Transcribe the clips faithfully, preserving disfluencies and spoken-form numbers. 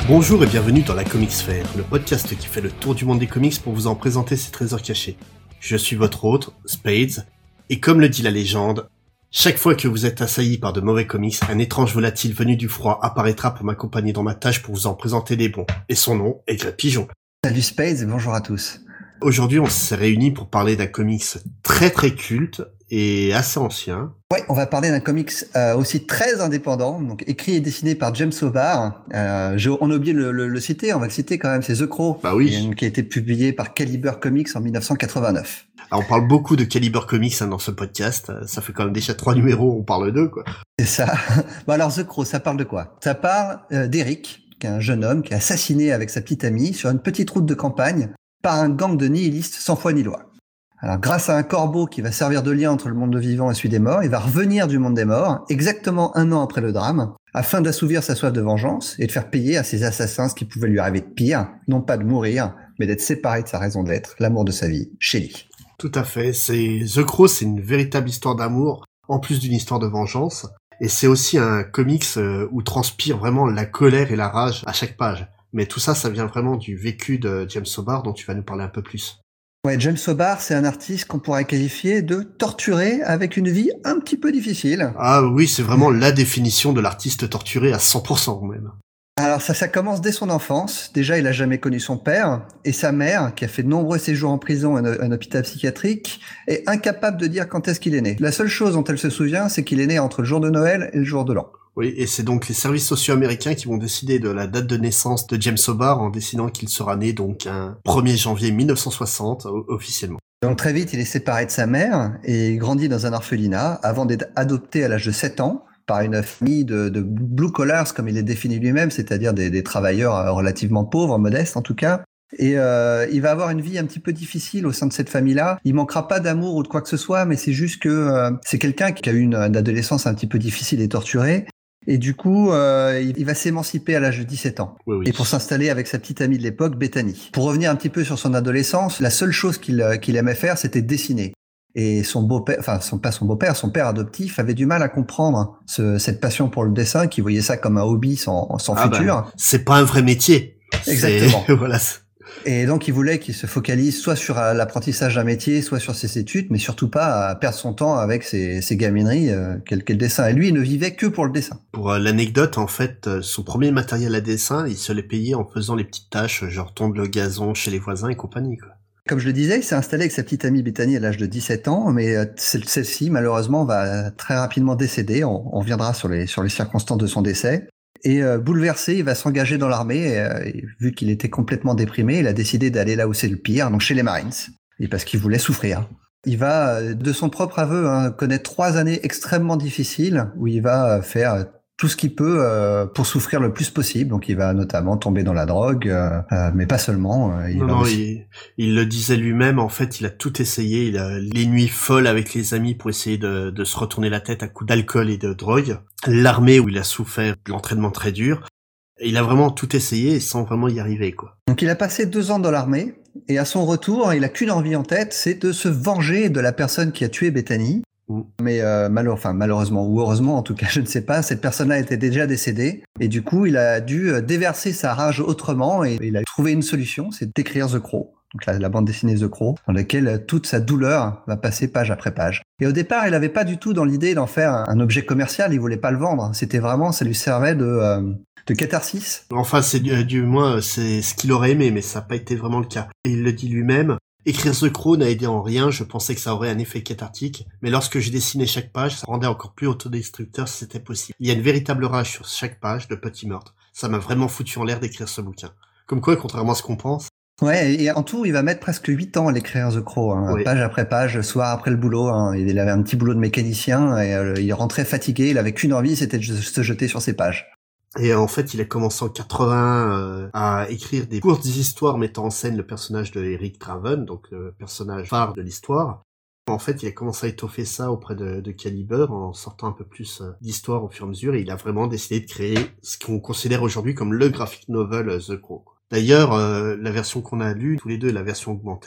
Bonjour et bienvenue dans la Comics Fair, le podcast qui fait le tour du monde des comics pour vous en présenter ses trésors cachés. Je suis votre hôte, Spades, et comme le dit la légende, chaque fois que vous êtes assailli par de mauvais comics, un étrange volatile venu du froid apparaîtra pour m'accompagner dans ma tâche pour vous en présenter des bons. Et son nom est Greg Pigeon. Salut Spades et bonjour à tous. Aujourd'hui, on s'est réunis pour parler d'un comics très très culte et assez ancien. Ouais, on va parler d'un comics euh, aussi très indépendant, donc écrit et dessiné par James O'Barr. Euh, je, on a oublié le, le, le citer, on va le citer quand même, c'est The Crow, bah oui. qui, qui a été publié par Caliber Comics en dix-neuf cent quatre-vingt-neuf. Alors, on parle beaucoup de Caliber Comics hein, dans ce podcast, ça fait quand même déjà trois numéros, on parle d'eux quoi. C'est ça. Bon alors The Crow, ça parle de quoi? Ça parle euh, d'Eric, qui est un jeune homme qui est assassiné avec sa petite amie sur une petite route de campagne par un gang de nihilistes sans foi ni loi. Alors, grâce à un corbeau qui va servir de lien entre le monde vivant et celui des morts, il va revenir du monde des morts, exactement un an après le drame, afin d'assouvir sa soif de vengeance et de faire payer à ses assassins ce qui pouvait lui arriver de pire, non pas de mourir, mais d'être séparé de sa raison d'être, l'amour de sa vie, Shelly. Tout à fait, c'est The Crow, c'est une véritable histoire d'amour, en plus d'une histoire de vengeance, et c'est aussi un comics où transpire vraiment la colère et la rage à chaque page. Mais tout ça, ça vient vraiment du vécu de James O'Barr, dont tu vas nous parler un peu plus. Ouais, James O'Barr, c'est un artiste qu'on pourrait qualifier de torturé avec une vie un petit peu difficile. Ah oui, c'est vraiment la définition de l'artiste torturé à cent pour cent même. Alors ça, ça commence dès son enfance. Déjà, il a jamais connu son père et sa mère, qui a fait de nombreux séjours en prison et un hôpital psychiatrique, est incapable de dire quand est-ce qu'il est né. La seule chose dont elle se souvient, c'est qu'il est né entre le jour de Noël et le jour de l'an. Oui, et c'est donc les services sociaux américains qui vont décider de la date de naissance de James O'Barr en décidant qu'il sera né donc un premier janvier mille neuf cent soixante officiellement. Donc très vite, il est séparé de sa mère et grandit dans un orphelinat avant d'être adopté à l'âge de sept ans par une famille de, de blue collars, comme il est défini lui-même, c'est-à-dire des, des travailleurs relativement pauvres, modestes en tout cas. Et euh, il va avoir une vie un petit peu difficile au sein de cette famille-là. Il manquera pas d'amour ou de quoi que ce soit, mais c'est juste que euh, c'est quelqu'un qui a eu une, une adolescence un petit peu difficile et torturée. Et du coup, euh, il va s'émanciper à l'âge de dix-sept ans. Oui, oui. Et pour s'installer avec sa petite amie de l'époque, Bethany. Pour revenir un petit peu sur son adolescence, la seule chose qu'il, qu'il aimait faire, c'était dessiner. Et son beau-père, enfin, son, pas son beau-père, son père adoptif avait du mal à comprendre ce, cette passion pour le dessin, qui voyait ça comme un hobby sans, sans ah futur. Ben, c'est pas un vrai métier. Exactement. C'est... voilà. Et donc, il voulait qu'il se focalise soit sur l'apprentissage d'un métier, soit sur ses études, mais surtout pas à perdre son temps avec ses, ses gamineries, euh, quel qu'est le dessin. Et lui, il ne vivait que pour le dessin. Pour euh, l'anecdote, en fait, euh, son premier matériel à dessin, il se l'est payé en faisant les petites tâches, genre tondre le gazon chez les voisins et compagnie, quoi. Comme je le disais, il s'est installé avec sa petite amie Bethany à l'âge de dix-sept ans, mais euh, celle-ci, malheureusement, va très rapidement décéder. On, on viendra sur les, sur les circonstances de son décès. Et euh, bouleversé, il va s'engager dans l'armée. Et, euh, et vu qu'il était complètement déprimé, il a décidé d'aller là où c'est le pire, donc chez les Marines, et parce qu'il voulait souffrir. Il va, euh, de son propre aveu, hein, connaître trois années extrêmement difficiles où il va faire tout ce qu'il peut euh, pour souffrir le plus possible. Donc il va notamment tomber dans la drogue, euh, euh, mais pas seulement. Euh, il non, va non, aussi... il, il le disait lui-même. En fait, il a tout essayé. Il a les nuits folles avec les amis pour essayer de, de se retourner la tête à coups d'alcool et de drogue. L'armée où il a souffert de l'entraînement très dur. Il a vraiment tout essayé sans vraiment y arriver, quoi. Donc il a passé deux ans dans l'armée et à son retour, il a qu'une envie en tête, c'est de se venger de la personne qui a tué Bethany. Mm. Mais euh, malheure, enfin, malheureusement ou heureusement, en tout cas, je ne sais pas, cette personne-là était déjà décédée et du coup, il a dû déverser sa rage autrement et il a trouvé une solution, c'est d'écrire The Crow. Donc la, la bande dessinée The Crow, dans laquelle toute sa douleur va passer page après page. Et au départ, il n'avait pas du tout dans l'idée d'en faire un, un objet commercial, il voulait pas le vendre. C'était vraiment, ça lui servait de, euh, de catharsis. Enfin, c'est du, du moins, c'est ce qu'il aurait aimé, mais ça n'a pas été vraiment le cas. Et il le dit lui-même, écrire The Crow n'a aidé en rien, je pensais que ça aurait un effet cathartique, mais lorsque j'ai dessiné chaque page, ça rendait encore plus autodestructeur si c'était possible. Il y a une véritable rage sur chaque page de petits meurtres. Ça m'a vraiment foutu en l'air d'écrire ce bouquin. Comme quoi, contrairement à ce qu'on pense, ouais, et en tout, il va mettre presque huit ans à l'écrire The Crow, hein, oui. Page après page, soir après le boulot. Hein. Il avait un petit boulot de mécanicien et euh, il rentrait fatigué. Il avait qu'une envie, c'était de se jeter sur ses pages. Et en fait, il a commencé en quatre-vingts euh, à écrire des courtes histoires mettant en scène le personnage de Eric Draven, donc le personnage phare de l'histoire. En fait, il a commencé à étoffer ça auprès de, de Caliber en sortant un peu plus euh, d'histoire au fur et à mesure, et il a vraiment décidé de créer ce qu'on considère aujourd'hui comme le graphic novel euh, The Crow. D'ailleurs, euh, la version qu'on a lue tous les deux est la version augmentée.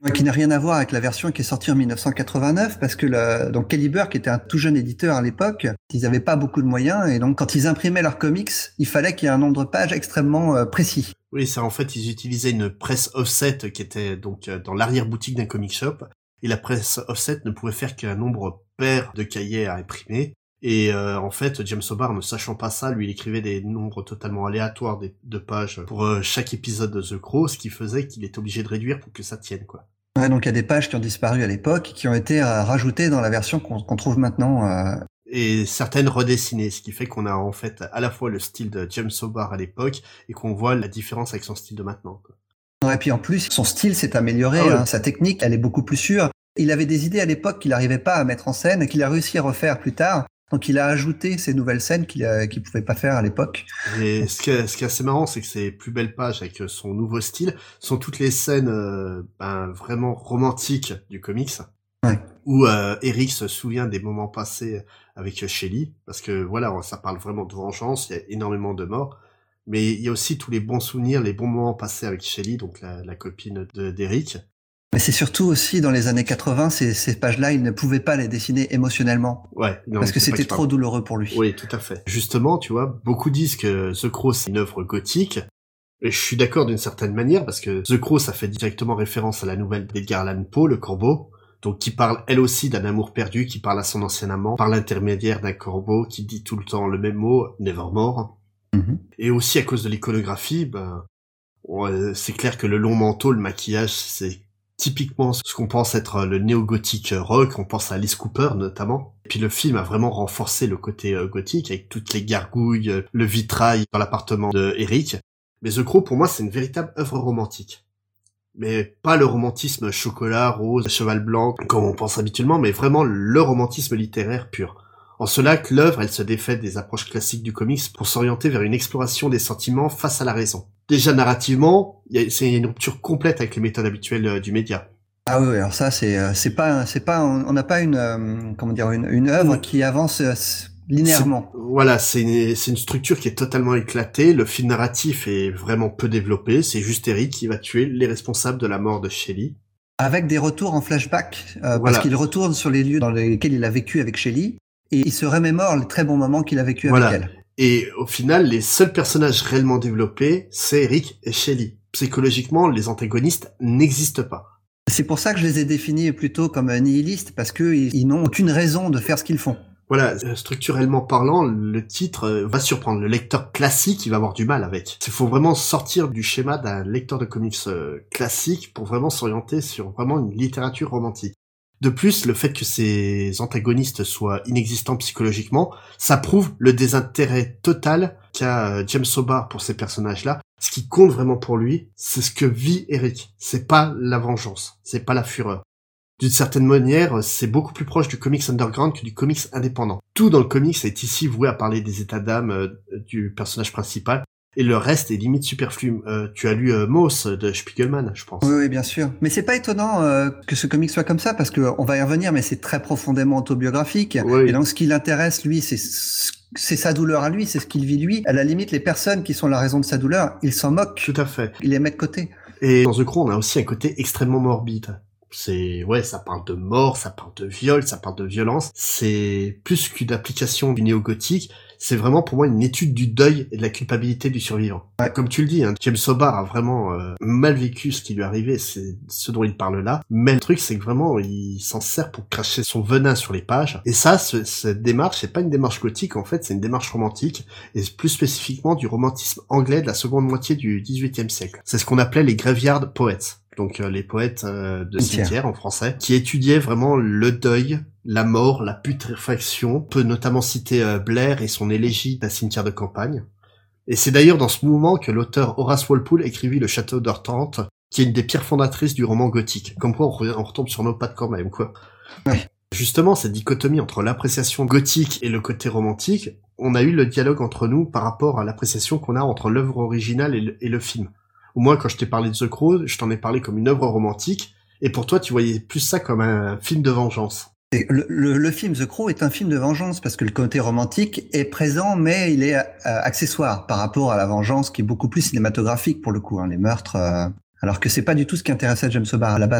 Qui n'a rien à voir avec la version qui est sortie en mille neuf cent quatre-vingt-neuf, parce que le, donc Kelly Burke était un tout jeune éditeur à l'époque, ils n'avaient pas beaucoup de moyens, et donc quand ils imprimaient leurs comics, il fallait qu'il y ait un nombre de pages extrêmement euh, précis. Oui, ça en fait, ils utilisaient une presse offset qui était donc dans l'arrière-boutique d'un comic shop, et la presse offset ne pouvait faire qu'un nombre pair de cahiers à imprimer. Et euh, en fait, James O'Barr, ne sachant pas ça, lui, il écrivait des nombres totalement aléatoires de, de pages pour euh, chaque épisode de The Crow, ce qui faisait qu'il était obligé de réduire pour que ça tienne, quoi. Ouais, donc il y a des pages qui ont disparu à l'époque et qui ont été euh, rajoutées dans la version qu'on, qu'on trouve maintenant. Euh... Et certaines redessinées, ce qui fait qu'on a en fait à la fois le style de James O'Barr à l'époque et qu'on voit la différence avec son style de maintenant, quoi. Ouais, et puis en plus, son style s'est amélioré, ah ouais. hein, sa technique, elle est beaucoup plus sûre. Il avait des idées à l'époque qu'il n'arrivait pas à mettre en scène et qu'il a réussi à refaire plus tard. Donc il a ajouté ces nouvelles scènes qu'il a, qu'il pouvait pas faire à l'époque. Et ce qui est, ce qui est assez marrant, c'est que ces plus belles pages avec son nouveau style sont toutes les scènes euh, ben, vraiment romantiques du comics. Ouais. Où euh, Eric se souvient des moments passés avec Shelly, parce que voilà, ça parle vraiment de vengeance, il y a énormément de morts, mais il y a aussi tous les bons souvenirs, les bons moments passés avec Shelly, donc la, la copine de, d'Eric. Mais c'est surtout aussi dans les années quatre-vingts, ces, ces pages-là, il ne pouvait pas les dessiner émotionnellement. Ouais. Non, parce que c'était trop douloureux pour lui. Oui, tout à fait. Justement, tu vois, beaucoup disent que The Crow, c'est une œuvre gothique. Et je suis d'accord d'une certaine manière, parce que The Crow, ça fait directement référence à la nouvelle d'Edgar Allan Poe, Le Corbeau. Donc, qui parle, elle aussi, d'un amour perdu, qui parle à son ancien amant, par l'intermédiaire d'un corbeau qui dit tout le temps le même mot, Nevermore. Mm-hmm. Et aussi, à cause de l'iconographie, ben, ouais, c'est clair que le long manteau, le maquillage, c'est typiquement ce qu'on pense être le néo-gothique rock, on pense à Alice Cooper notamment. Et puis le film a vraiment renforcé le côté euh, gothique avec toutes les gargouilles, euh, le vitrail dans l'appartement de Eric. Mais The Crow, pour moi, c'est une véritable œuvre romantique. Mais pas le romantisme chocolat, rose, cheval blanc, comme on pense habituellement, mais vraiment le romantisme littéraire pur. En cela que l'œuvre, elle se défait des approches classiques du comics pour s'orienter vers une exploration des sentiments face à la raison. Déjà narrativement, y a, c'est une rupture complète avec les méthodes habituelles euh, du média. Ah oui, alors ça c'est euh, c'est pas c'est pas on n'a pas une euh, comment dire une une œuvre oui. qui avance euh, linéairement. C'est, voilà, c'est une c'est une structure qui est totalement éclatée. Le fil narratif est vraiment peu développé. C'est juste Eric qui va tuer les responsables de la mort de Shelly. Avec des retours en flashback, euh, voilà. Parce qu'il retourne sur les lieux dans lesquels il a vécu avec Shelly et il se remémore les très bons moments qu'il a vécu voilà. avec elle. Et au final, les seuls personnages réellement développés, c'est Eric et Shelly. Psychologiquement, les antagonistes n'existent pas. C'est pour ça que je les ai définis plutôt comme nihilistes, parce que ils n'ont aucune raison de faire ce qu'ils font. Voilà, structurellement parlant, le titre va surprendre. Le lecteur classique, il va avoir du mal avec. Il faut vraiment sortir du schéma d'un lecteur de comics classique pour vraiment s'orienter sur vraiment une littérature romantique. De plus, le fait que ces antagonistes soient inexistants psychologiquement, ça prouve le désintérêt total qu'a James O'Barr pour ces personnages-là. Ce qui compte vraiment pour lui, c'est ce que vit Eric. C'est pas la vengeance, c'est pas la fureur. D'une certaine manière, c'est beaucoup plus proche du comics underground que du comics indépendant. Tout dans le comics est ici voué à parler des états d'âme euh, du personnage principal. Et le reste est limite superflu. Euh, tu as lu euh, Moss de Spiegelman, je pense. Oui, oui, bien sûr. Mais c'est pas étonnant euh, que ce comic soit comme ça, parce que on va y revenir, mais c'est très profondément autobiographique. Oui. Et donc, ce qui l'intéresse, lui, c'est c'est sa douleur à lui, c'est ce qu'il vit lui. À la limite, les personnes qui sont la raison de sa douleur, il s'en moque. Tout à fait. Il les met de côté. Et dans The Crow, on a aussi un côté extrêmement morbide. C'est, ouais, ça parle de mort, ça parle de viol, ça parle de violence. C'est plus qu'une application du néo-gothique. C'est vraiment pour moi une étude du deuil et de la culpabilité du survivant. Ouais. Comme tu le dis, hein, James O'Barr a vraiment euh, mal vécu ce qui lui arrivait, c'est ce dont il parle là. Mais le truc, c'est que vraiment, il s'en sert pour cracher son venin sur les pages. Et ça, ce, cette démarche, c'est pas une démarche gothique, en fait, c'est une démarche romantique, et plus spécifiquement du romantisme anglais de la seconde moitié du dix-huitième siècle. C'est ce qu'on appelait les graveyard poets. Donc euh, les poètes euh, de cimetière en français, qui étudiaient vraiment le deuil, la mort, la putréfaction. On peut notamment citer euh, Blair et son élégie d'un cimetière de campagne. Et c'est d'ailleurs dans ce mouvement que l'auteur Horace Walpole écrivit Le Château d'Ortante, qui est une des pierres fondatrices du roman gothique. Comme quoi on, re- on retombe sur nos pattes quand même, quoi. Ouais. Justement, cette dichotomie entre l'appréciation gothique et le côté romantique, on a eu le dialogue entre nous par rapport à l'appréciation qu'on a entre l'œuvre originale et le, et le film. Au moins, quand je t'ai parlé de The Crow, je t'en ai parlé comme une œuvre romantique, et pour toi, tu voyais plus ça comme un film de vengeance. Le, le, le film The Crow est un film de vengeance, parce que le côté romantique est présent, mais il est euh, accessoire par rapport à la vengeance, qui est beaucoup plus cinématographique pour le coup, hein, les meurtres, euh, alors que c'est pas du tout ce qui intéressait James O'Barr à la base.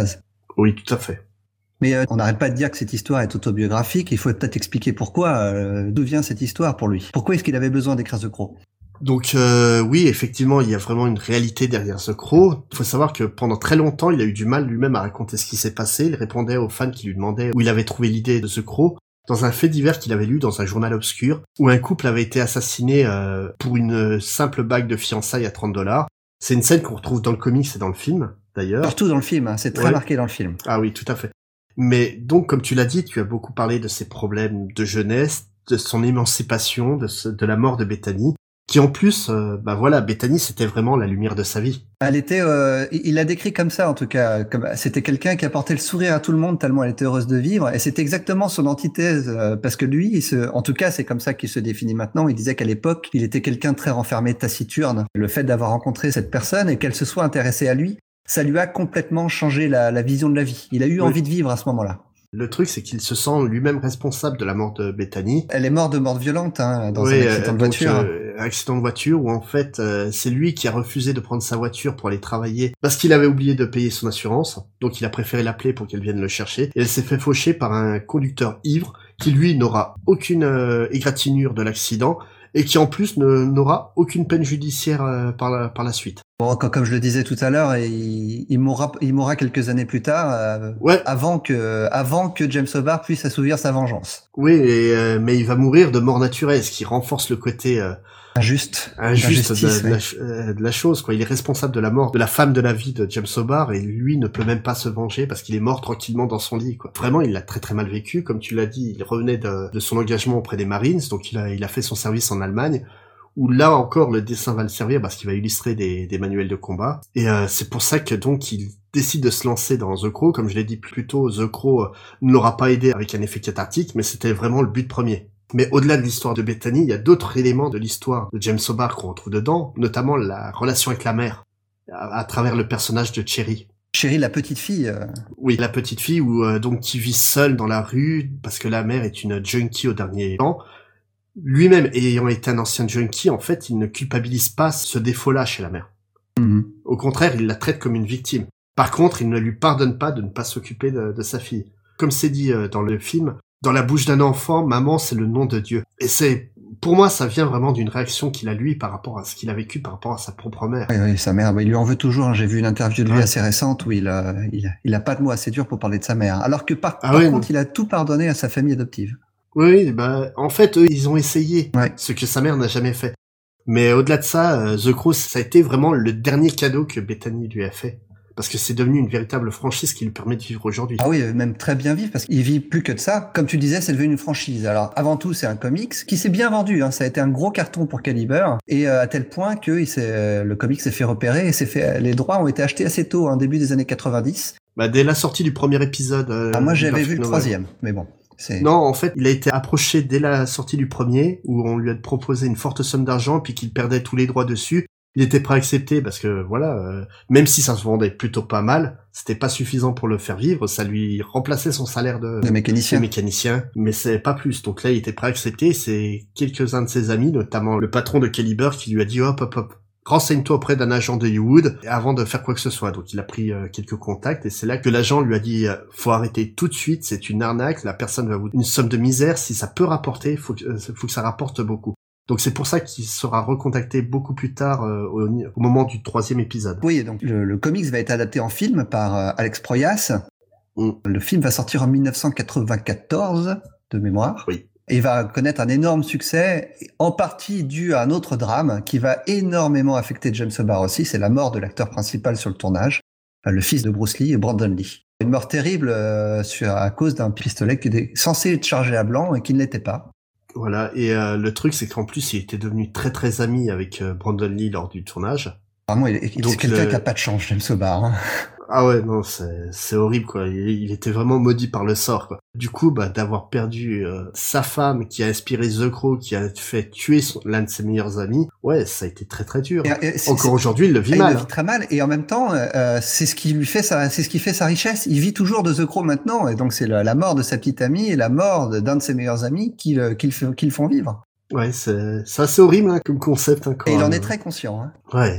Oui, tout à fait. Mais euh, on n'arrête pas de dire que cette histoire est autobiographique. Il faut peut-être expliquer pourquoi, euh, d'où vient cette histoire pour lui. Pourquoi est-ce qu'il avait besoin d'écrire The Crow? Donc euh, oui, effectivement, il y a vraiment une réalité derrière The Crow. Il faut savoir que pendant très longtemps, il a eu du mal lui-même à raconter ce qui s'est passé. Il répondait aux fans qui lui demandaient où il avait trouvé l'idée de The Crow dans un fait divers qu'il avait lu dans un journal obscur, où un couple avait été assassiné euh, pour une simple bague de fiançailles à trente dollars. C'est une scène qu'on retrouve dans le comics et dans le film, d'ailleurs. Surtout dans le film, hein, c'est très Ouais. marqué dans le film. Ah oui, tout à fait. Mais donc, comme tu l'as dit, tu as beaucoup parlé de ses problèmes de jeunesse, de son émancipation, de, ce, de la mort de Bethany, qui en plus, euh, bah voilà, Bethany, c'était vraiment la lumière de sa vie. Elle était, euh, il l'a décrit comme ça en tout cas, comme c'était quelqu'un qui apportait le sourire à tout le monde tellement elle était heureuse de vivre, et c'était exactement son antithèse, euh, parce que lui, il se, en tout cas, c'est comme ça qu'il se définit maintenant. Il disait qu'à l'époque, il était quelqu'un de très renfermé, taciturne. Le fait d'avoir rencontré cette personne et qu'elle se soit intéressée à lui, ça lui a complètement changé la, la vision de la vie. Il a eu Oui. envie de vivre à ce moment-là. Le truc, c'est qu'il se sent lui-même responsable de la mort de Bethany. Elle est morte de mort violente, hein, dans Oui, un accident euh, de donc, voiture. Euh, accident de voiture où en fait, euh, c'est lui qui a refusé de prendre sa voiture pour aller travailler parce qu'il avait oublié de payer son assurance. Donc il a préféré l'appeler pour qu'elle vienne le chercher. Et elle s'est fait faucher par un conducteur ivre qui lui n'aura aucune euh, égratignure de l'accident et qui en plus ne, n'aura aucune peine judiciaire euh, par, la, par la suite. Bon, comme, comme je le disais tout à l'heure, il, il mourra, il mourra quelques années plus tard, euh, Ouais. avant que, avant que James Hobart puisse assouvir sa vengeance. Oui, et, euh, mais il va mourir de mort naturelle, ce qui renforce le côté euh, Injuste, injuste de, de, ouais. la, euh, de la chose, quoi. Il est responsable de la mort de la femme de la vie de James Hobart et lui ne peut même pas se venger parce qu'il est mort tranquillement dans son lit, quoi. Vraiment, il l'a très très mal vécu. Comme tu l'as dit, il revenait de, de son engagement auprès des Marines, donc il a, il a fait son service en Allemagne, où là encore le dessin va le servir parce qu'il va illustrer des, des manuels de combat. Et euh, c'est pour ça que donc il décide de se lancer dans The Crow. Comme je l'ai dit plus tôt, The Crow euh, ne l'aura pas aidé avec un effet cathartique, mais c'était vraiment le but premier. Mais au-delà de l'histoire de Bethany, il y a d'autres éléments de l'histoire de James Hobart qu'on retrouve dedans, notamment la relation avec la mère, à, à travers le personnage de Cherry. Cherry, la petite fille. Euh... Oui, la petite fille où euh, donc qui vit seule dans la rue parce que la mère est une junkie au dernier temps. Lui-même ayant été un ancien junkie, en fait, il ne culpabilise pas ce défaut-là chez la mère. Mm-hmm. Au contraire, il la traite comme une victime. Par contre, il ne lui pardonne pas de ne pas s'occuper de, de sa fille. Comme c'est dit euh, dans le film, dans la bouche d'un enfant, maman, c'est le nom de Dieu. Et c'est, pour moi, ça vient vraiment d'une réaction qu'il a lui par rapport à ce qu'il a vécu par rapport à sa propre mère. Oui, oui, sa mère, bah, il lui en veut toujours. Hein. J'ai vu une interview de lui ouais. assez récente où il a, il a, il a pas de mots assez durs pour parler de sa mère. Alors que par, ah par ouais, contre, non. il a tout pardonné à sa famille adoptive. Oui, bah, en fait, eux, ils ont essayé ouais. ce que sa mère n'a jamais fait. Mais au-delà de ça, euh, The Crow, ça a été vraiment le dernier cadeau que Bethany lui a fait. Parce que c'est devenu une véritable franchise qui lui permet de vivre aujourd'hui. Ah oui, même très bien vivre, parce qu'il vit plus que de ça. Comme tu disais, c'est devenu une franchise. Alors, avant tout, c'est un comics qui s'est bien vendu. Hein. Ça a été un gros carton pour Caliber. Et euh, à tel point que il s'est, le comics s'est fait repérer et s'est fait, les droits ont été achetés assez tôt, hein, début des années quatre-vingt-dix. Bah, dès la sortie du premier épisode. Euh, ah, moi, j'avais vu le troisième, mais bon. C'est... Non, en fait, il a été approché dès la sortie du premier, où on lui a proposé une forte somme d'argent, puis qu'il perdait tous les droits dessus. Il était prêt à accepter parce que voilà, euh, même si ça se vendait plutôt pas mal, c'était pas suffisant pour le faire vivre, ça lui remplaçait son salaire de, de mécanicien. de mécanicien, mais c'est pas plus. Donc là, il était prêt à accepter. C'est quelques-uns de ses amis, notamment le patron de Caliber, qui lui a dit hop hop hop, renseigne-toi auprès d'un agent de Hollywood avant de faire quoi que ce soit. Donc il a pris euh, quelques contacts et c'est là que l'agent lui a dit euh, faut arrêter tout de suite, c'est une arnaque, la personne va vous une somme de misère, si ça peut rapporter, faut que, euh, faut que ça rapporte beaucoup. Donc c'est pour ça qu'il sera recontacté beaucoup plus tard euh, au, au moment du troisième épisode. Oui, donc le, le comics va être adapté en film par euh, Alex Proyas. Mm. Le film va sortir en dix-neuf cent quatre-vingt-quatorze de mémoire. Oui. Et il va connaître un énorme succès, en partie dû à un autre drame qui va énormément affecter James Hobart aussi, c'est la mort de l'acteur principal sur le tournage, le fils de Bruce Lee, Brandon Lee. Une mort terrible euh, sur, à cause d'un pistolet qui était censé être chargé à blanc et qui ne l'était pas. Voilà, et euh, le truc c'est qu'en plus il était devenu très très ami avec euh, Brandon Lee lors du tournage. Vraiment, il, il, c'est quelqu'un le... qui a pas de chance, James Hobart. Hein. Ah ouais, non, c'est, c'est horrible, quoi. Il, il était vraiment maudit par le sort, quoi. Du coup, bah, d'avoir perdu euh, sa femme, qui a inspiré The Crow, qui a fait tuer son, l'un de ses meilleurs amis, ouais, ça a été très très dur. Et, et Encore c'est, aujourd'hui, il le vit il mal. Il le vit très mal, et en même temps, euh, c'est ce qui lui fait sa, c'est ce qui fait sa richesse. Il vit toujours de The Crow maintenant, et donc c'est la, la mort de sa petite amie et la mort de, d'un de ses meilleurs amis qui le, qui le, qui le font vivre. Ouais, c'est, c'est assez horrible, hein, comme concept, encore. Et il en hein. est très conscient, hein. Ouais.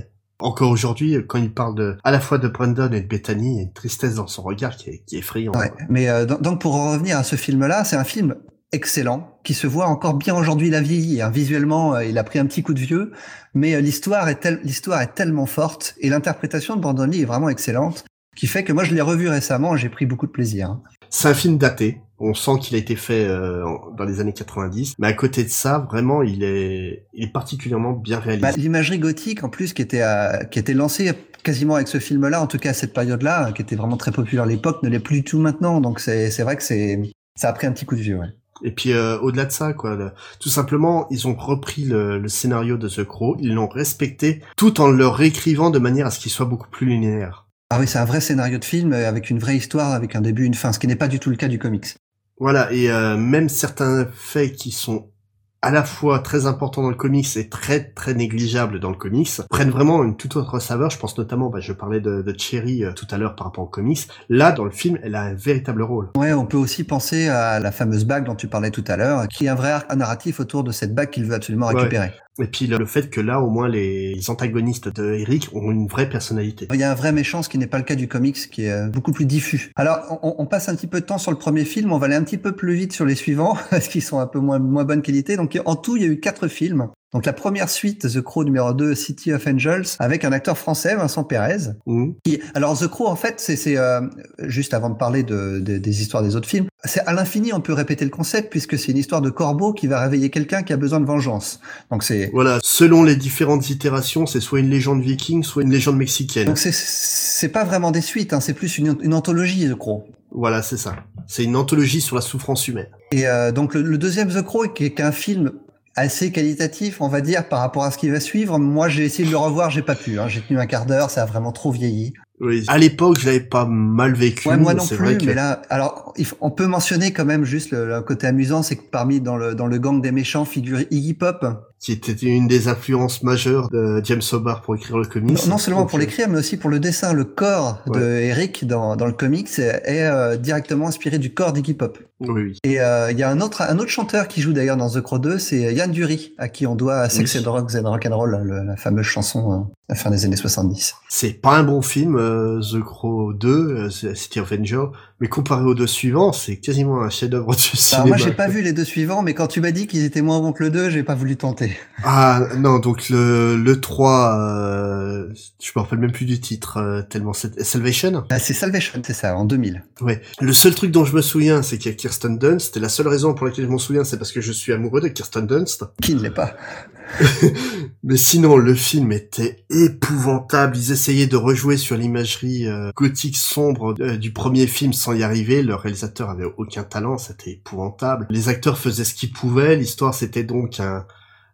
Encore aujourd'hui, quand il parle de, à la fois de Brandon et de Bethany, il y a une tristesse dans son regard qui est, qui est effrayante. Ouais, mais euh, donc pour en revenir à ce film-là, c'est un film excellent, qui se voit encore bien aujourd'hui. Il a vieilli, hein. Visuellement, euh, il a pris un petit coup de vieux, mais euh, l'histoire est tel, l'histoire est tellement forte et l'interprétation de Brandon Lee est vraiment excellente, qui fait que moi je l'ai revu récemment, j'ai pris beaucoup de plaisir. Hein. C'est un film daté. On sent qu'il a été fait euh, dans les années quatre-vingt-dix, mais à côté de ça, vraiment, il est, il est particulièrement bien réalisé. Bah, l'imagerie gothique, en plus, qui était, euh, qui était lancée quasiment avec ce film-là, en tout cas à cette période-là, qui était vraiment très populaire à l'époque, ne l'est plus du tout maintenant. Donc c'est, c'est vrai que c'est, ça a pris un petit coup de vieux. Ouais. Et puis euh, au-delà de ça, quoi, le, tout simplement, ils ont repris le, le scénario de The Crow, ils l'ont respecté, tout en le réécrivant de manière à ce qu'il soit beaucoup plus linéaire. Ah oui, c'est un vrai scénario de film avec une vraie histoire, avec un début, une fin, ce qui n'est pas du tout le cas du comics. Voilà, et euh, même certains faits qui sont à la fois très importants dans le comics et très très négligeables dans le comics prennent vraiment une toute autre saveur. Je pense notamment, bah, je parlais de, de Cherry euh, tout à l'heure par rapport au comics. Là, dans le film, elle a un véritable rôle. Ouais, on peut aussi penser à la fameuse bague dont tu parlais tout à l'heure, qui est un vrai arc narratif autour de cette bague qu'il veut absolument récupérer. Ouais. Et puis le fait que là, au moins, les antagonistes de Eric ont une vraie personnalité. Il y a un vrai méchant, ce qui n'est pas le cas du comics, qui est beaucoup plus diffus. Alors, on, on passe un petit peu de temps sur le premier film, on va aller un petit peu plus vite sur les suivants, parce qu'ils sont un peu moins, moins bonne qualité. Donc, en tout, il y a eu quatre films. Donc la première suite, The Crow numéro deux, City of Angels, avec un acteur français, Vincent Pérez. Mmh. Qui, alors The Crow, en fait, c'est, c'est euh, juste avant de parler de, de, des histoires des autres films, c'est à l'infini, on peut répéter le concept, puisque c'est une histoire de corbeau qui va réveiller quelqu'un qui a besoin de vengeance. Donc c'est voilà, selon les différentes itérations, c'est soit une légende viking, soit une légende mexicaine. Donc c'est c'est pas vraiment des suites, hein, c'est plus une, une anthologie, The Crow. Voilà, c'est ça. C'est une anthologie sur la souffrance humaine. Et euh, donc le, le deuxième The Crow, qui est un film assez qualitatif, on va dire, par rapport à ce qui va suivre. Moi, j'ai essayé de le revoir, j'ai pas pu. Hein. J'ai tenu un quart d'heure, ça a vraiment trop vieilli. Oui. À l'époque, je l'avais pas mal vécu. Ouais, moi non c'est plus, vrai que... mais là, alors, il faut, on peut mentionner quand même juste le, le côté amusant, c'est que parmi dans le dans le gang des méchants figure Iggy Pop, qui était une des influences majeures de James Hobart pour écrire le comics. Non, non seulement pour l'écrire, mais aussi pour le dessin. Le corps ouais. de Eric dans dans le comics est, est euh, directement inspiré du corps d'Iggy Pop. Oui, oui. Et il euh, y a un autre un autre chanteur qui joue d'ailleurs dans The Crow deux, c'est Yann Dury, à qui on doit Sex and Drugs and Rock'n'Roll, le, la fameuse chanson euh, à la fin des années soixante-dix. C'est pas un bon film, euh, The Crow deux, euh, City of Angels, mais comparé aux deux suivants, c'est quasiment un chef-d'œuvre du cinéma. Alors moi, j'ai pas vu les deux suivants, mais quand tu m'as dit qu'ils étaient moins bons que le deux, j'ai pas voulu tenter. Ah non, donc le le trois, euh, je me rappelle même plus du titre, euh, tellement c'est Salvation. Ah, c'est Salvation, c'est ça, en deux mille. Ouais. Le seul truc dont je me souviens, c'est qu'il y a Kirsten Dunst. Et la seule raison pour laquelle je m'en souviens, c'est parce que je suis amoureux de Kirsten Dunst. Qui ne l'est pas. Mais sinon, le film était épouvantable. Ils essayaient de rejouer sur l'imagerie euh, gothique sombre euh, du premier film sans y arriver. Le réalisateur avait aucun talent, c'était épouvantable. Les acteurs faisaient ce qu'ils pouvaient. L'histoire, c'était donc un,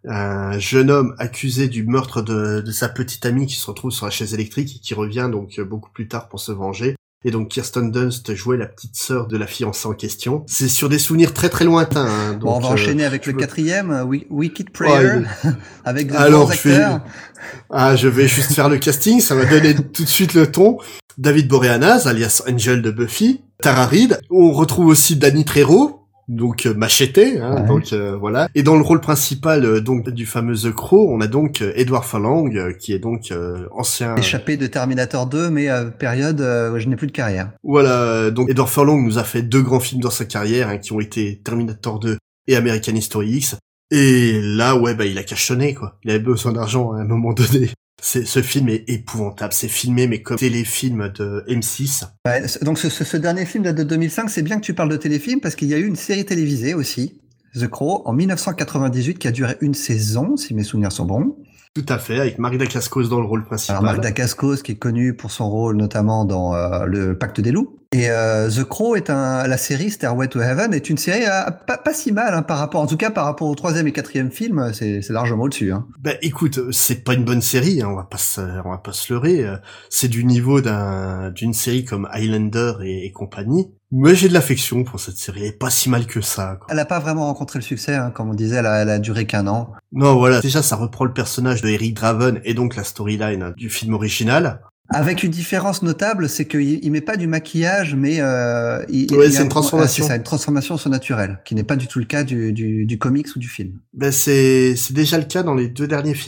un jeune homme accusé du meurtre de, de sa petite amie qui se retrouve sur la chaise électrique et qui revient donc beaucoup plus tard pour se venger. Et donc Kirsten Dunst jouait la petite sœur de la fiancée en question. C'est sur des souvenirs très très lointains. Hein, donc, bon, on va euh, enchaîner avec le veux... quatrième, uh, Wicked Prayer, oh, avec de Alors, grands acteurs. Vais... Ah, je vais juste faire le casting, ça va donner tout de suite le ton. David Boreanaz, alias Angel de Buffy, Tara Reid. On retrouve aussi Danny Trejo, donc euh, Machete, hein, ouais. donc euh, voilà. Et dans le rôle principal euh, donc du fameux The Crow, on a donc euh, Edward Furlong, euh, qui est donc euh, ancien échappé de Terminator deux, mais euh, période euh, où je n'ai plus de carrière. Voilà, donc Edward Furlong nous a fait deux grands films dans sa carrière, hein, qui ont été Terminator deux et American History X. Et là, ouais, bah il a cachetonné quoi. Il avait besoin d'argent à un moment donné. C'est, ce film est épouvantable, c'est filmé mais comme téléfilm de M six. Ouais, donc ce, ce, ce dernier film date de deux mille cinq, c'est bien que tu parles de téléfilm parce qu'il y a eu une série télévisée aussi, The Crow, en dix-neuf cent quatre-vingt-dix-huit, qui a duré une saison, si mes souvenirs sont bons. Tout à fait, avec Mark Dacascos dans le rôle principal. Alors Mark Dacascos qui est connu pour son rôle notamment dans euh, le Pacte des loups. Et euh, The Crow est un, la série Stairway to Heaven est une série euh, pas, pas si mal hein, par rapport, en tout cas par rapport au troisième et quatrième film, c'est, c'est largement au-dessus. Hein. Bah écoute, c'est pas une bonne série, hein, on va pas se, on va pas se leurrer. C'est du niveau d'un, d'une série comme Highlander et, et compagnie. Mais j'ai de l'affection pour cette série, elle est pas si mal que ça. Quoi. Elle a pas vraiment rencontré le succès, hein, comme on disait, elle a, elle a duré qu'un an. Non, voilà, déjà ça reprend le personnage de Eric Draven et donc la storyline hein, du film original. Avec une différence notable, c'est qu'il il met pas du maquillage, mais euh, il, ouais, il c'est une transformation. Ah, c'est ça, une transformation surnaturelle, qui n'est pas du tout le cas du, du, du comics ou du film. Ben c'est c'est déjà le cas dans les deux derniers films.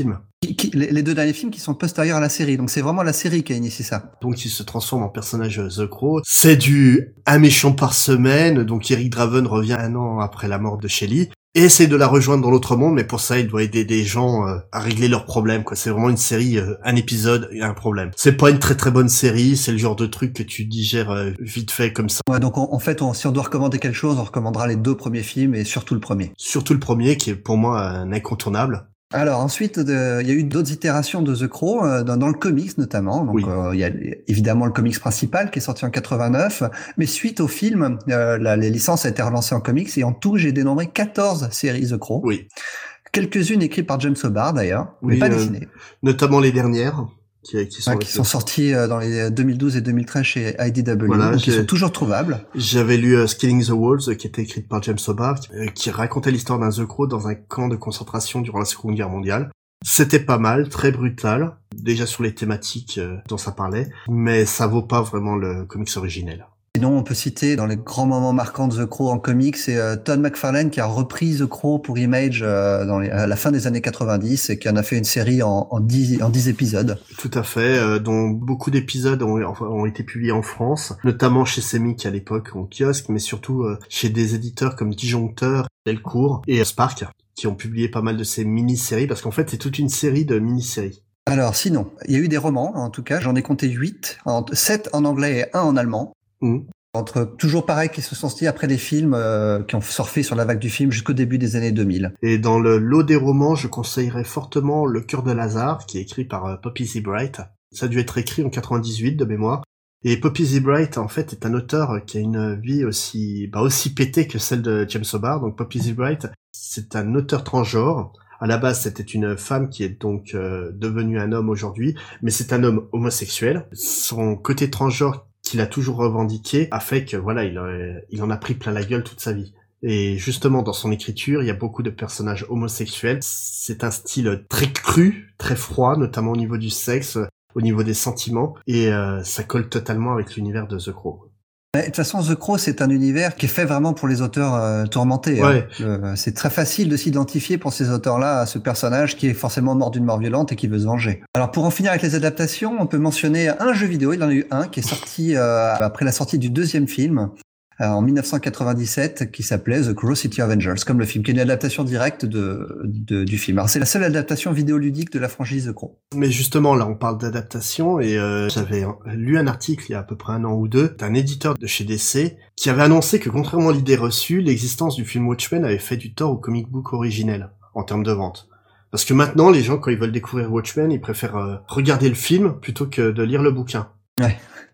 qui, qui, les deux derniers films qui sont postérieurs à la série. Donc c'est vraiment la série qui a initié ça. Donc il se transforme en personnage The Crow. C'est du un méchant par semaine. Donc Eric Draven revient un an après la mort de Shelley et essaie de la rejoindre dans l'autre monde, mais pour ça il doit aider des gens euh, à régler leurs problèmes, quoi. C'est vraiment une série, euh, un épisode et un problème. C'est pas une très très bonne série, c'est le genre de truc que tu digères euh, vite fait comme ça. Ouais, donc on, en fait, on, si on doit recommander quelque chose, on recommandera les deux premiers films et surtout le premier. Surtout le premier qui est pour moi un incontournable. Alors ensuite, de, il y a eu d'autres itérations de The Crow, euh, dans, dans le comics notamment. Donc Oui. euh, il y a évidemment le comics principal qui est sorti en quatre-vingt-neuf, mais suite au film, euh, la, les licences a été relancées en comics et en tout, j'ai dénombré quatorze séries The Crow. Oui. Quelques-unes écrites par James O'Barr d'ailleurs, Oui, mais pas euh, dessinées. Notamment les dernières. Qui, qui, sont, Ouais, qui sont sorties euh, dans les deux mille douze et deux mille treize chez I D W, voilà, donc ils sont toujours trouvables. J'avais lu uh, Scaling the Walls, qui était écrite par James O'Barr, qui, euh, qui racontait l'histoire d'un The Crow dans un camp de concentration durant la Seconde Guerre mondiale. C'était pas mal, très brutal, déjà sur les thématiques euh, dont ça parlait, mais ça vaut pas vraiment le comics originel. Sinon, on peut citer dans les grands moments marquants de The Crow en comics, c'est euh, Todd McFarlane qui a repris The Crow pour Image euh, dans les, à la fin des années quatre-vingt-dix et qui en a fait une série en, en dix en dix épisodes. Tout à fait, euh, dont beaucoup d'épisodes ont, ont été publiés en France, notamment chez Semic à l'époque en kiosque, mais surtout euh, chez des éditeurs comme Disjoncteur, Delcourt et euh, Spark, qui ont publié pas mal de ces mini-séries, parce qu'en fait c'est toute une série de mini-séries. Alors sinon, il y a eu des romans, en tout cas, j'en ai compté huit, sept en anglais et un en allemand. Mmh. Entre toujours pareil qui se sont sortis après les films euh, qui ont surfé sur la vague du film jusqu'au début des années deux mille. Et dans le lot des romans, je conseillerais fortement Le Cœur de Lazare, qui est écrit par euh, Poppy Zebright. Ça a dû être écrit en quatre-vingt-dix-huit de mémoire. Et Poppy Zebright, en fait, est un auteur qui a une vie aussi, bah, aussi pétée que celle de James O'Barr. Donc Poppy Zebright, c'est un auteur transgenre. À la base, c'était une femme qui est donc euh, devenue un homme aujourd'hui, mais c'est un homme homosexuel. Son côté transgenre qu'il a toujours revendiqué a fait que voilà, il, euh, il en a pris plein la gueule toute sa vie. Et justement, dans son écriture, il y a beaucoup de personnages homosexuels. C'est un style très cru, très froid, notamment au niveau du sexe, au niveau des sentiments, et euh, ça colle totalement avec l'univers de The Crow. De toute façon, The Crow, c'est un univers qui est fait vraiment pour les auteurs euh, tourmentés. Ouais. Hein. Euh, c'est très facile de s'identifier pour ces auteurs-là à ce personnage qui est forcément mort d'une mort violente et qui veut se venger. Alors, pour en finir avec les adaptations, on peut mentionner un jeu vidéo. Il en a eu un qui est sorti euh, après la sortie du deuxième film euh, en mille neuf cent quatre-vingt-dix-sept, qui s'appelait The Crow City Avengers, comme le film, qui est une adaptation directe de, de du film. Alors, c'est la seule adaptation vidéoludique de la franchise The Crow. Mais justement, là, on parle d'adaptation, et euh, j'avais lu un article il y a à peu près un an ou deux d'un éditeur de chez D C qui avait annoncé que, contrairement à l'idée reçue, l'existence du film Watchmen avait fait du tort au comic book originel, en termes de vente. Parce que maintenant, les gens, quand ils veulent découvrir Watchmen, ils préfèrent euh, regarder le film plutôt que de lire le bouquin. Ouais.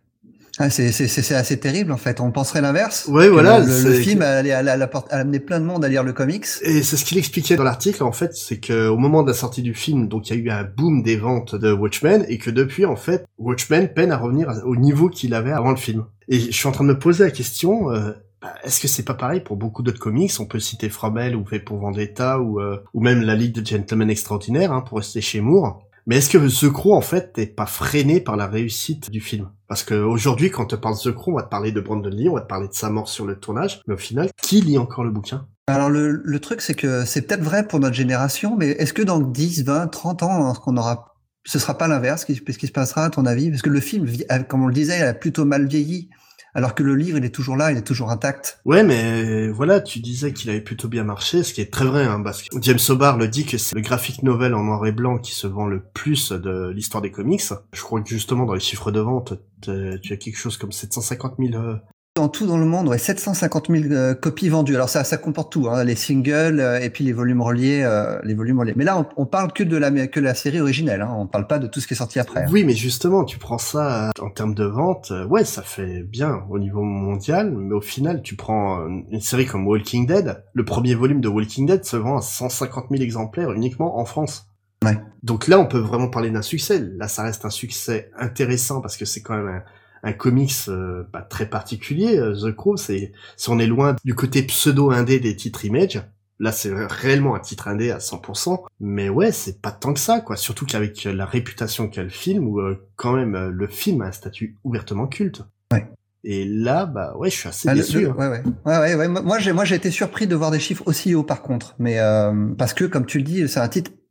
Ah, c'est, c'est, c'est assez terrible, en fait. On penserait l'inverse. Ouais, voilà. Le, le, le film a, a, a, a, a amené plein de monde à lire le comics. Et c'est ce qu'il expliquait dans l'article, en fait, c'est que au moment de la sortie du film, donc il y a eu un boom des ventes de Watchmen, et que depuis, en fait, Watchmen peine à revenir au niveau qu'il avait avant le film. Et je suis en train de me poser la question, euh, bah, est-ce que c'est pas pareil pour beaucoup d'autres comics? On peut citer From Hell ou V pour Vendetta, ou, euh, ou même la Ligue de Gentlemen Extraordinaires, hein, pour rester chez Moore. Mais est-ce que The Crow, en fait, n'est pas freiné par la réussite du film? Parce que aujourd'hui, quand on te parle de The Crow, on va te parler de Brandon Lee, on va te parler de sa mort sur le tournage, mais au final, qui lit encore le bouquin? Alors le, le truc, c'est que c'est peut-être vrai pour notre génération, mais est-ce que dans dix, vingt, trente ans, qu'on aura, ce sera pas l'inverse, ce qui se passera à ton avis? Parce que le film, comme on le disait, il a plutôt mal vieilli. Alors que le livre, il est toujours là, il est toujours intact. Ouais, mais voilà, tu disais qu'il avait plutôt bien marché, ce qui est très vrai, hein, parce que James O'Barr le dit que c'est le graphic novel en noir et blanc qui se vend le plus de l'histoire des comics. Je crois que justement, dans les chiffres de vente, tu as quelque chose comme sept cent cinquante mille... Euh... En tout dans le monde, ouais, sept cent cinquante mille euh, copies vendues. Alors ça, ça comporte tout, hein, les singles euh, et puis les volumes reliés, euh, les volumes reliés. Mais là, on, on parle que de la que la série originelle. Hein, on parle pas de tout ce qui est sorti après. Hein. Oui, mais justement, tu prends ça en termes de vente, euh, ouais, ça fait bien au niveau mondial. Mais au final, tu prends une série comme Walking Dead. Le premier volume de Walking Dead se vend à cent cinquante mille exemplaires uniquement en France. Ouais. Donc là, on peut vraiment parler d'un succès. Là, ça reste un succès intéressant parce que c'est quand même un un comics euh, bah, très particulier. euh, The Crow, c'est si on est loin du côté pseudo-indé des titres Image, là c'est réellement un titre indé à cent pour cent, mais ouais, c'est pas tant que ça, quoi. Surtout qu'avec la réputation qu'a le film, où euh, quand même euh, le film a un statut ouvertement culte. Ouais. Et là, bah ouais, je suis assez ah, déçu. Le, hein. ouais, ouais, ouais, ouais, ouais. Moi, j'ai, moi, j'ai été surpris de voir des chiffres aussi hauts, par contre, mais euh, parce que, comme tu le dis, c'est un titre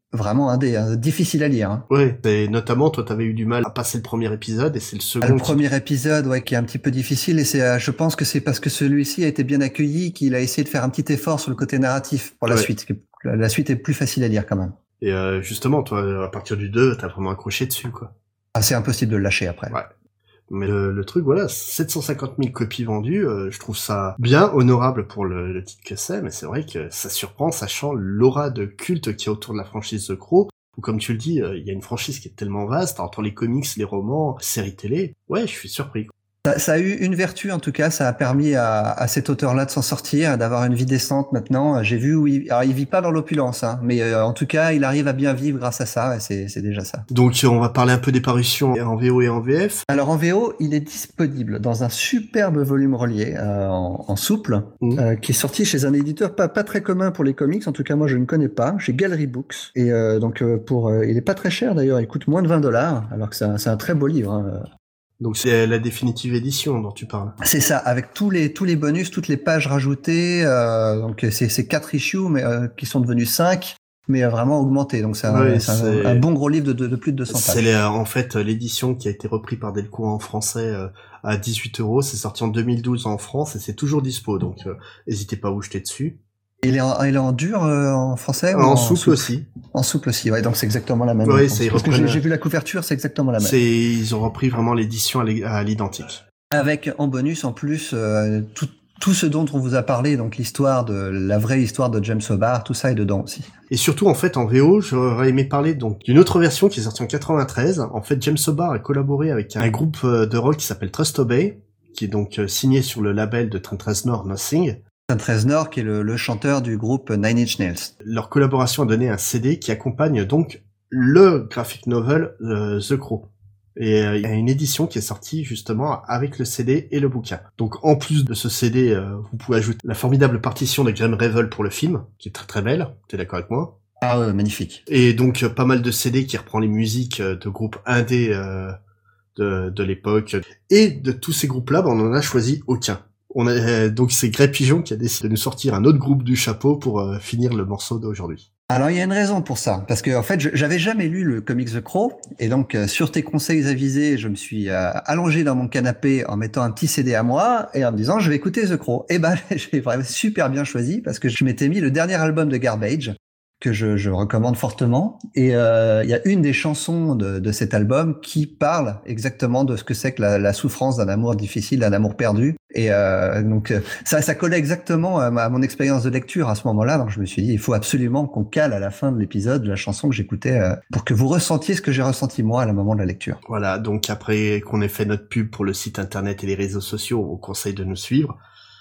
vraiment un des euh, difficiles à lire. Hein. Ouais, et notamment toi t'avais eu du mal à passer le premier épisode et c'est le second. Ah, le premier qui... épisode, ouais, qui est un petit peu difficile et c'est, euh, je pense que c'est parce que celui-ci a été bien accueilli qu'il a essayé de faire un petit effort sur le côté narratif pour la ouais. suite. La suite est plus facile à lire quand même. Et euh, justement, toi, à partir du deux, t'as vraiment accroché dessus, quoi. Ah, c'est impossible de le lâcher après. Ouais. Mais le, le truc, voilà, sept cent cinquante mille copies vendues, euh, je trouve ça bien honorable pour le, le titre que c'est, mais c'est vrai que ça surprend, sachant l'aura de culte qui est autour de la franchise The Crow, où comme tu le dis, il euh, y a une franchise qui est tellement vaste, entre les comics, les romans, séries télé. Ouais, je suis surpris, quoi. Ça, ça a eu une vertu, en tout cas, ça a permis à, à cet auteur-là de s'en sortir, d'avoir une vie décente maintenant. J'ai vu où il, alors il vit pas dans l'opulence, hein, mais euh, en tout cas, il arrive à bien vivre grâce à ça, et c'est, c'est déjà ça. Donc, on va parler un peu des parutions en V O et en V F. Alors, en V O, il est disponible dans un superbe volume relié, euh, en, en souple, mmh. euh, qui est sorti chez un éditeur pas, pas très commun pour les comics, en tout cas, moi, je ne connais pas, chez Gallery Books. Et euh, donc, euh, pour, euh, il est pas très cher, d'ailleurs, il coûte moins de vingt dollars, alors que c'est un, c'est un très beau livre, hein. Donc c'est la définitive édition dont tu parles. C'est ça, avec tous les tous les bonus, toutes les pages rajoutées. Euh, donc c'est c'est quatre issues, mais euh, qui sont devenus cinq, mais euh, vraiment augmentés. Donc c'est, un, oui, c'est, c'est... Un, un bon gros livre de, de, de plus de deux cents pages. C'est les, en fait l'édition qui a été reprise par Delcourt en français euh, à dix-huit euros. C'est sorti en deux mille douze en France et c'est toujours dispo. Donc euh, n'hésitez pas à vous jeter dessus. Il est en, il est en dur euh, en français en, ou en, en souple, souple aussi. En souple aussi, ouais. Donc c'est exactement la même. Oui, c'est parce que j'ai, j'ai vu la couverture, c'est exactement la même. C'est ils ont repris vraiment l'édition à l'identique. Avec en bonus en plus euh, tout tout ce dont on vous a parlé, donc l'histoire de la vraie histoire de James O'Barr, tout ça est dedans aussi. Et surtout en fait en V O, j'aurais aimé parler donc d'une autre version qui est sortie en quatre-vingt-treize. En fait, James O'Barr a collaboré avec un groupe de rock qui s'appelle Trust Obey, qui est donc signé sur le label de Trent Reznor Nothing. Trent Reznor, qui est le, le chanteur du groupe Nine Inch Nails. Leur collaboration a donné un C D qui accompagne donc le graphic novel euh, The Crow. Et euh, il y a une édition qui est sortie justement avec le C D et le bouquin. Donc en plus de ce C D, euh, vous pouvez ajouter la formidable partition de Graham Revel pour le film, qui est très très belle. T'es d'accord avec moi? Ah ouais, magnifique. Et donc euh, pas mal de C D qui reprend les musiques euh, de groupes indés euh, de, de l'époque. Et de tous ces groupes-là, bah, on en a choisi aucun. On a, euh, donc c'est Grey Pigeon qui a décidé de nous sortir un autre groupe du chapeau pour euh, finir le morceau d'aujourd'hui. Alors il y a une raison pour ça, parce que en fait je, j'avais jamais lu le comics The Crow, et donc euh, sur tes conseils avisés, je me suis euh, allongé dans mon canapé en mettant un petit C D à moi et en me disant je vais écouter The Crow. Et ben j'ai vraiment super bien choisi parce que je m'étais mis le dernier album de Garbage que je, je recommande fortement, et euh, il y a une des chansons de, de cet album qui parle exactement de ce que c'est que la, la souffrance d'un amour difficile, d'un amour perdu, et euh, donc ça, ça collait exactement à, ma, à mon expérience de lecture à ce moment-là. Donc je me suis dit il faut absolument qu'on cale à la fin de l'épisode la chanson que j'écoutais euh, pour que vous ressentiez ce que j'ai ressenti moi à la moment de la lecture. Voilà, donc après qu'on ait fait notre pub pour le site internet et les réseaux sociaux, on vous conseille de nous suivre.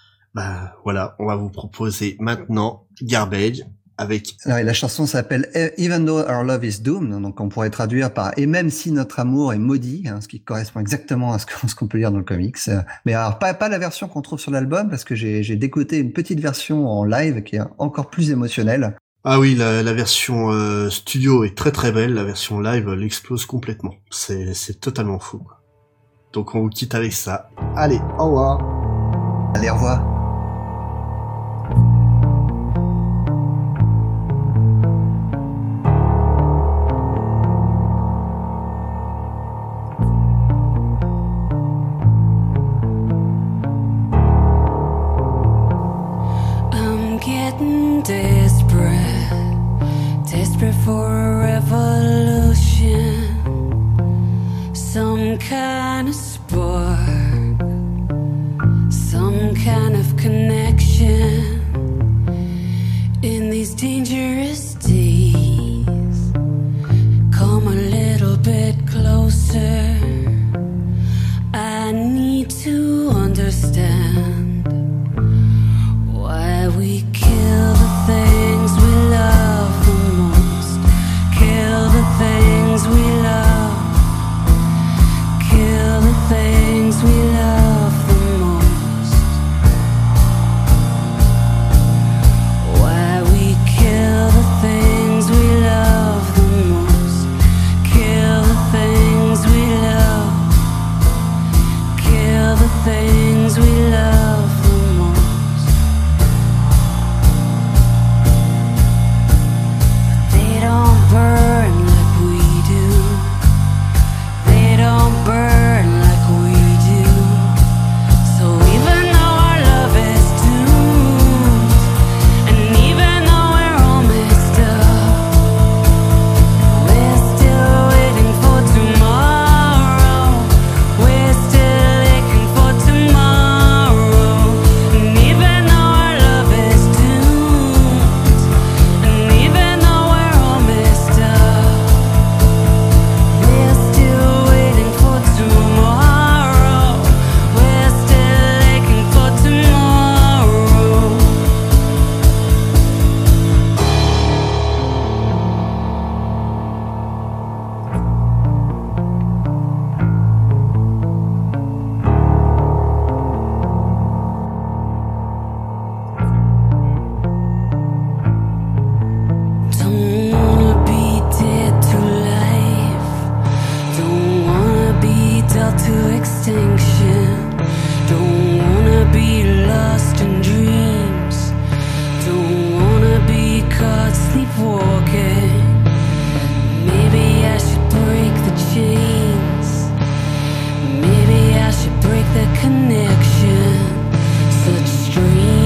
Bah voilà, on va vous proposer maintenant Garbage. Avec... Alors, la chanson s'appelle Even Though Our Love Is Doomed, donc on pourrait traduire par Et même si notre amour est maudit, hein, ce qui correspond exactement à ce qu'on peut lire dans le comics. Mais alors pas pas la version qu'on trouve sur l'album, parce que j'ai j'ai décoté une petite version en live qui est encore plus émotionnelle. Ah oui, la, la version euh, studio est très très belle, la version live l'explose complètement. C'est c'est totalement fou. Donc on vous quitte avec ça. Allez, au revoir. Allez, au revoir. For a revolution, some kind of spark, some kind of connection in these dangerous days. Come a little bit closer. I need to understand why we kill the things we love. Things we love, kill the things we love the most. Why we kill the things we love the most, kill the things we love, kill the things we love the most. But they don't burn. extinction. Don't wanna be lost in dreams. Don't wanna be caught sleepwalking. Maybe I should break the chains. Maybe I should break the connection. Such strange